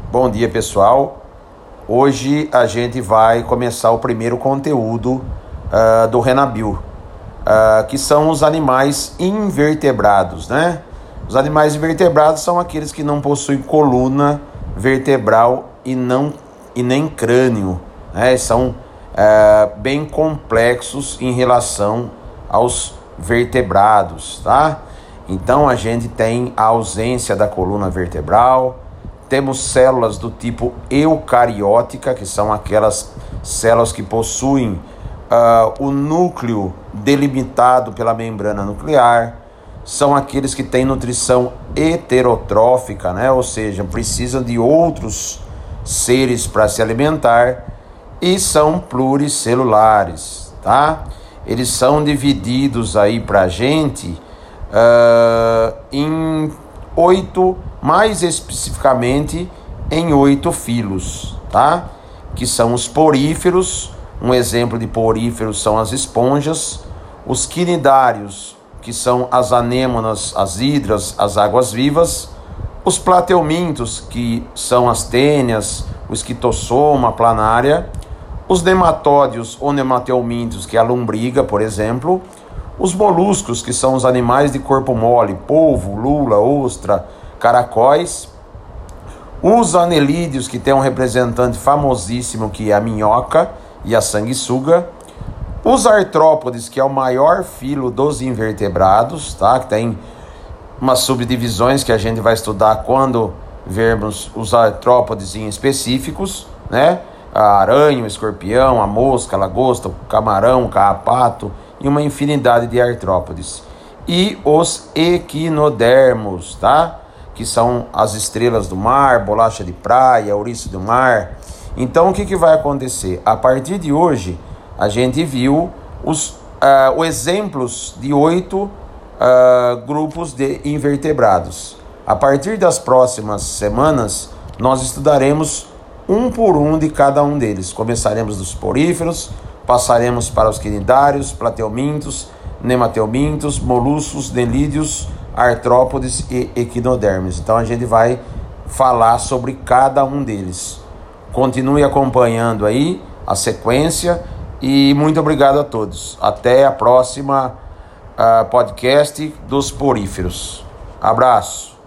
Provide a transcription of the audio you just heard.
Bom dia, pessoal. Hoje a gente vai começar o primeiro conteúdo do Renabio, que são os animais invertebrados, né? Os animais invertebrados são aqueles que não possuem coluna vertebral e nem crânio, né? São bem complexos em relação aos vertebrados, tá? Então a gente tem a ausência da coluna vertebral. Temos células do tipo eucariótica, que são aquelas células que possuem o núcleo delimitado pela membrana nuclear. São aqueles que têm nutrição heterotrófica, né? Ou seja, precisam de outros seres para se alimentar. E são pluricelulares, tá? Eles são divididos aí para a gente em 8, mais especificamente em 8 filos, tá? Que são os poríferos. Um exemplo de poríferos são as esponjas, os quinidários, que são as anêmonas, as hidras, as águas-vivas, os plateumintos, que são as tênias, o esquitossoma, a planária, os nematódios ou nemateumintos, que é a lombriga, por exemplo, os moluscos, que são os animais de corpo mole, polvo, lula, ostra, caracóis, os anelídeos, que tem um representante famosíssimo, que é a minhoca e a sanguessuga, os artrópodes, que é o maior filo dos invertebrados, tá? Que tem umas subdivisões que a gente vai estudar quando vermos os artrópodes em específicos, né? A aranha, o escorpião, a mosca, a lagosta, o camarão, o carrapato e uma infinidade de artrópodes. E os equinodermos, tá? Que são as estrelas do mar, bolacha de praia, ouriço do mar. Então, o que vai acontecer? A partir de hoje, a gente viu os exemplos de 8 grupos de invertebrados. A partir das próximas semanas, nós estudaremos um por um de cada um deles. Começaremos dos poríferos, passaremos para os quinidários, plateumintos, nemateumintos, moluscos, nelídeos, artrópodes e equinodermes. Então a gente vai falar sobre cada um deles. Continue acompanhando aí a sequência e muito obrigado a todos. Até a próxima podcast dos poríferos. Abraço.